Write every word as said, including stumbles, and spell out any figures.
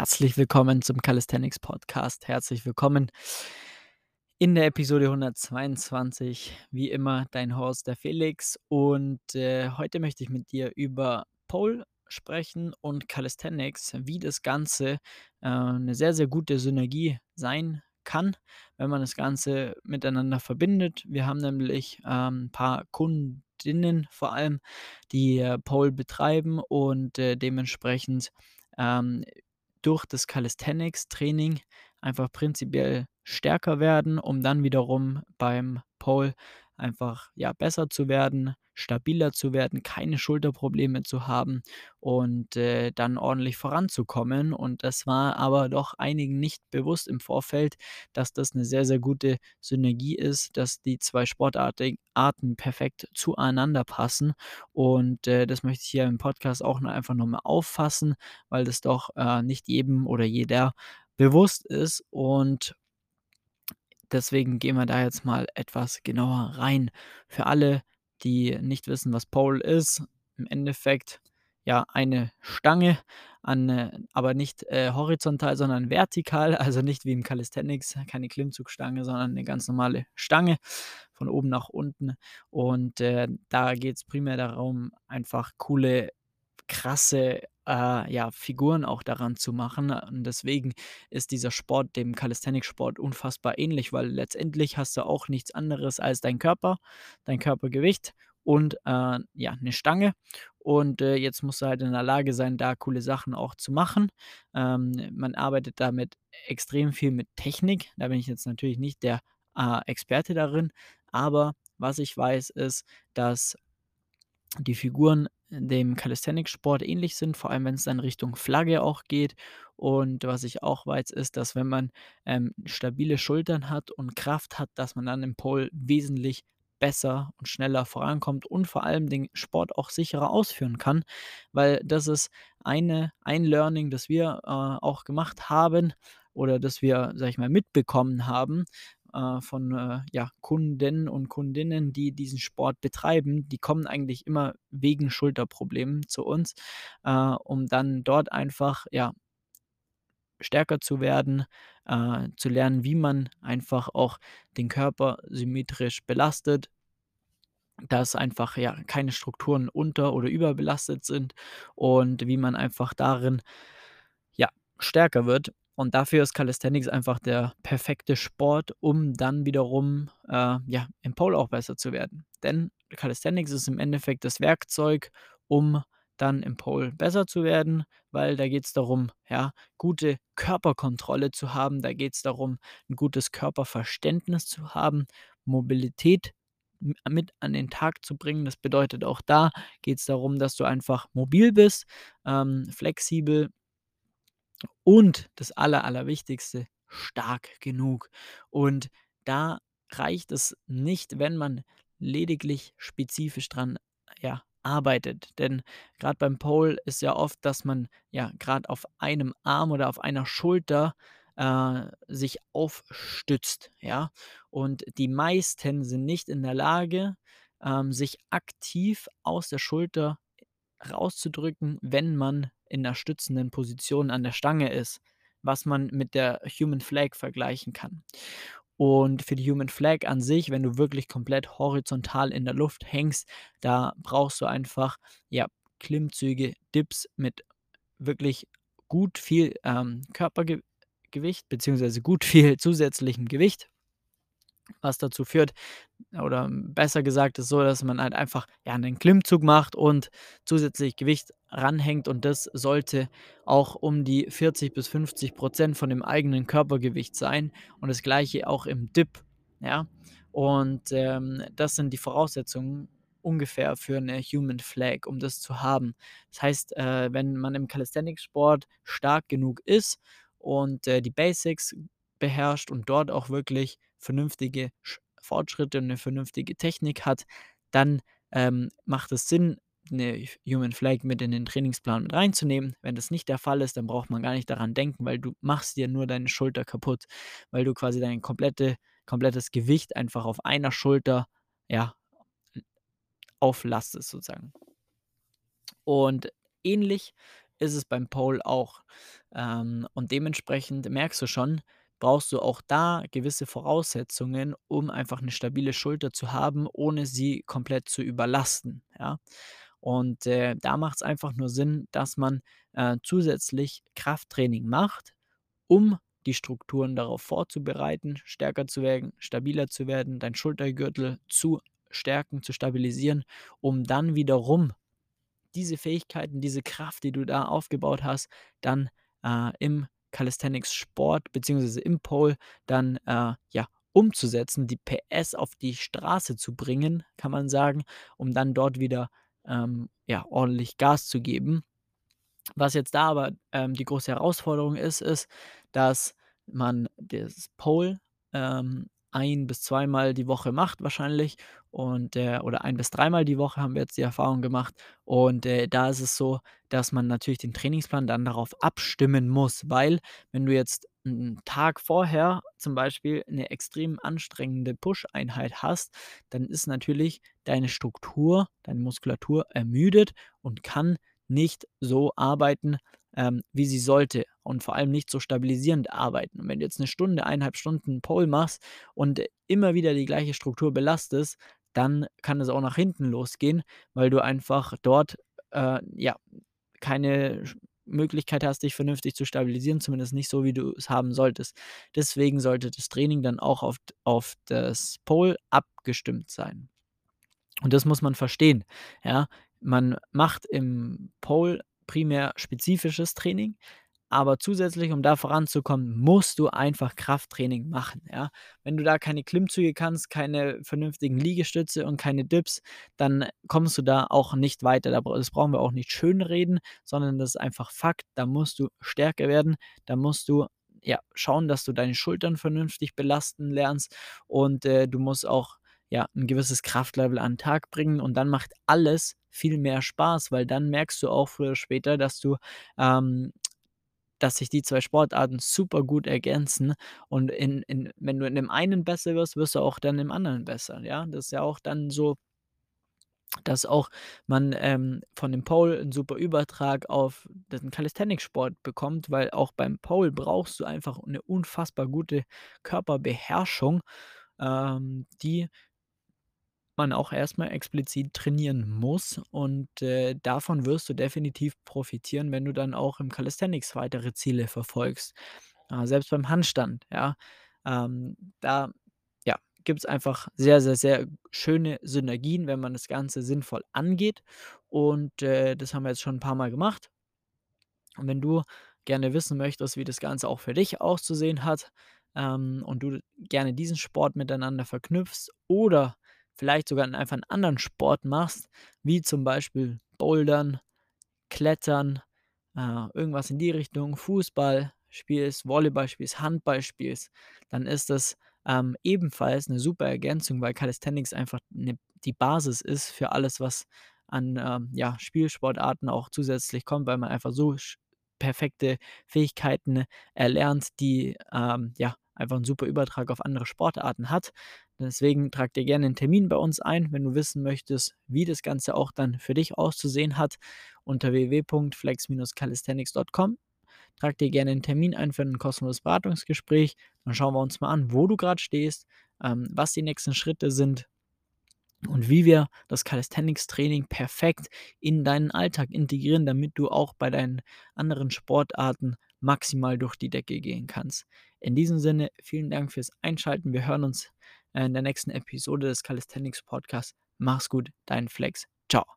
Herzlich willkommen zum Calisthenics Podcast. Herzlich willkommen in der Episode hundertzweiundzwanzig. Wie immer dein Host, der Felix. Und äh, heute möchte ich mit dir über Pole sprechen und Calisthenics, wie das Ganze äh, eine sehr, sehr gute Synergie sein kann, wenn man das Ganze miteinander verbindet. Wir haben nämlich ähm, ein paar Kundinnen vor allem, die äh, Pole betreiben und äh, dementsprechend ähm, durch das Calisthenics-Training einfach prinzipiell stärker werden, um dann wiederum beim Pole einfach, ja, besser zu werden, stabiler zu werden, keine Schulterprobleme zu haben und, äh, dann ordentlich voranzukommen. Und das war aber doch einigen nicht bewusst im Vorfeld, dass das eine sehr, sehr gute Synergie ist, dass die zwei Sportarten Arten perfekt zueinander passen. Und, äh, das möchte ich hier im Podcast auch noch einfach noch mal auffassen, weil das doch, äh, nicht jedem oder jeder bewusst ist und deswegen gehen wir da jetzt mal etwas genauer rein. Für alle, die nicht wissen, was Pole ist, im Endeffekt ja eine Stange, an, äh, aber nicht äh, horizontal, sondern vertikal, also nicht wie im Calisthenics, keine Klimmzugstange, sondern eine ganz normale Stange von oben nach unten. Und äh, da geht es primär darum, einfach coole krasse, äh, ja, Figuren auch daran zu machen. Und deswegen ist dieser Sport dem Calisthenics-Sport unfassbar ähnlich, weil letztendlich hast du auch nichts anderes als dein Körper, dein Körpergewicht und, äh, ja, eine Stange. Und, äh, jetzt musst du halt in der Lage sein, da coole Sachen auch zu machen. Ähm, man arbeitet damit extrem viel mit Technik. Da bin ich jetzt natürlich nicht der, äh, Experte darin, aber was ich weiß, ist, dass die Figuren dem Calisthenics-Sport ähnlich sind, vor allem wenn es dann Richtung Flagge auch geht. Und was ich auch weiß, ist, dass wenn man, ähm, stabile Schultern hat und Kraft hat, dass man dann im Pole wesentlich besser und schneller vorankommt und vor allem den Sport auch sicherer ausführen kann, weil das ist eine ein Learning, das wir, äh, auch gemacht haben oder das wir, sage ich mal, mitbekommen haben, äh, von, äh, ja, Kunden und Kundinnen, die diesen Sport betreiben. Die kommen eigentlich immer wegen Schulterproblemen zu uns, äh, um dann dort einfach, ja, stärker zu werden, äh, zu lernen, wie man einfach auch den Körper symmetrisch belastet, dass einfach, ja, keine Strukturen unter oder überbelastet sind und wie man einfach darin ja, stärker wird. Und dafür ist Calisthenics einfach der perfekte Sport, um dann wiederum, äh, ja, im Pole auch besser zu werden. Denn Calisthenics ist im Endeffekt das Werkzeug, um dann im Pole besser zu werden, weil da geht es darum, ja, gute Körperkontrolle zu haben. Da geht es darum, ein gutes Körperverständnis zu haben, Mobilität m mit an den Tag zu bringen. Das bedeutet, auch da geht es darum, dass du einfach mobil bist, ähm, flexibel und das Aller Allerwichtigste, stark genug. Und da reicht es nicht, wenn man lediglich spezifisch dran, ja, arbeitet. Denn gerade beim Pole ist ja oft, dass man ja gerade auf einem Arm oder auf einer Schulter, äh, sich aufstützt, ja? Und die meisten sind nicht in der Lage, ähm, sich aktiv aus der Schulter rauszudrücken, wenn man in 'ner stützenden Position an der Stange ist, was man mit der Human Flag vergleichen kann. Und für die Human Flag an sich, wenn du wirklich komplett horizontal in der Luft hängst, da brauchst du einfach, ja, Klimmzüge, Dips mit wirklich gut viel, ähm, Körpergewicht beziehungsweise gut viel zusätzlichem Gewicht, was dazu führt, oder besser gesagt ist so, dass man halt einfach, ja, einen Klimmzug macht und zusätzlich Gewicht ranhängt und das sollte auch um die vierzig bis fünfzig von dem eigenen Körpergewicht sein und das Gleiche auch im Dip, ja? Und, ähm, das sind die Voraussetzungen ungefähr für eine Human Flag, um das zu haben. Das heißt, äh, wenn man im Calisthenics-Sport stark genug ist und, äh, die Basics beherrscht und dort auch wirklich vernünftige Sch Fortschritte und 'ne vernünftige Technik hat, dann, ähm, macht es Sinn, 'ne Human Flag mit in den Trainingsplan mit reinzunehmen. Wenn das nicht der Fall ist, dann braucht man gar nicht daran denken, weil du machst dir nur deine Schulter kaputt, weil du quasi dein komplette komplettes Gewicht einfach auf einer Schulter, ja, auflastest sozusagen. Und ähnlich ist es beim Pole auch. Ähm, und dementsprechend merkst du schon, brauchst du auch da gewisse Voraussetzungen, um einfach eine stabile Schulter zu haben, ohne sie komplett zu überlasten, ja? Und, äh, da macht es einfach nur Sinn, dass man, äh, zusätzlich Krafttraining macht, um die Strukturen darauf vorzubereiten, stärker zu werden, stabiler zu werden, deinen Schultergürtel zu stärken, zu stabilisieren, um dann wiederum diese Fähigkeiten, diese Kraft, die du da aufgebaut hast, dann, äh, im Calisthenics-Sport beziehungsweise im Pole dann, äh, ja, umzusetzen, die P S auf die Straße zu bringen, kann man sagen, um dann dort wieder, ähm, ja, ordentlich Gas zu geben. Was jetzt da aber, ähm, die große Herausforderung ist, ist, dass man das Pole, ähm, ein bis zweimal die Woche macht wahrscheinlich und, äh oder ein bis dreimal die Woche haben wir jetzt die Erfahrung gemacht. Und, äh, da ist es so, dass man natürlich den Trainingsplan dann darauf abstimmen muss, weil wenn du jetzt einen Tag vorher zum Beispiel eine extrem anstrengende Push-Einheit hast, dann ist natürlich deine Struktur, deine Muskulatur ermüdet und kann nicht so arbeiten, ähm, wie sie sollte und vor allem nicht so stabilisierend arbeiten. Und wenn du jetzt eine Stunde, eineinhalb Stunden Pole machst und immer wieder die gleiche Struktur belastest, dann kann es auch nach hinten losgehen, weil du einfach dort, äh, ja, keine sch Möglichkeit hast, dich vernünftig zu stabilisieren, zumindest nicht so, wie du es haben solltest. Deswegen sollte das Training dann auch auf d auf das Pole abgestimmt sein. Und das muss man verstehen, ja? Man macht im Pole primär spezifisches Training, aber zusätzlich, um da voranzukommen, musst du einfach Krafttraining machen, ja? Wenn du da keine Klimmzüge kannst, keine vernünftigen Liegestütze und keine Dips, dann kommst du da auch nicht weiter. Da bra Das brauchen wir auch nicht schönreden, sondern das ist einfach Fakt. Da musst du stärker werden. Da musst du, ja, schauen, dass du deine Schultern vernünftig belasten lernst und, äh, du musst auch, ja, ein gewisses Kraftlevel an 'n Tag bringen und dann macht alles viel mehr Spaß, weil dann merkst du auch früher oder später, dass du, ähm dass sich die zwei Sportarten super gut ergänzen und in in wenn du in dem einen besser wirst, wirst du auch dann im anderen besser, ja? Das ist ja auch dann so, dass auch man, ähm, von dem Pole 'n super Übertrag auf den Calisthenics-Sport bekommt, weil auch beim Pole brauchst du einfach 'ne unfassbar gute Körperbeherrschung, ähm, die man auch erstmal explizit trainieren muss und, äh, davon wirst du definitiv profitieren, wenn du dann auch im Calisthenics weitere Ziele verfolgst. Äh, selbst beim Handstand, ja, ähm, da, ja, gibt's einfach sehr, sehr, sehr schöne Synergien, wenn man das Ganze sinnvoll angeht und, äh, das haben wir jetzt schon ein paar Mal gemacht. Und wenn du gerne wissen möchtest, wie das Ganze auch für dich auszusehen hat, ähm, und du gerne diesen Sport miteinander verknüpfst oder vielleicht sogar einfach einen anderen Sport machst, wie zum Beispiel Bouldern, Klettern, äh, irgendwas in die Richtung, Fußball spielst, Volleyball spielst, Handball spielst, dann ist das, ähm, ebenfalls eine super Ergänzung, weil Calisthenics einfach 'ne die Basis ist für alles, was an, ähm, ja, Spielsportarten auch zusätzlich kommt, weil man einfach so sch perfekte Fähigkeiten erlernt, die, ähm, ja, einfach 'n super Übertrag auf andere Sportarten hat. Deswegen trag dir gerne einen Termin bei uns ein, wenn du wissen möchtest, wie das Ganze auch dann für dich auszusehen hat unter w w w punkt flex calisthenics punkt com. Trag dir gerne einen Termin ein für ein kostenloses Beratungsgespräch. Dann schauen wir uns mal an, wo du gerade stehst, ähm, was die nächsten Schritte sind und wie wir das Calisthenics-Training perfekt in deinen Alltag integrieren, damit du auch bei deinen anderen Sportarten maximal durch die Decke gehen kannst. In diesem Sinne, vielen Dank fürs Einschalten. Wir hören uns, äh, in der nächsten Episode des Calisthenics Podcasts. Mach's gut, dein Flex. Ciao.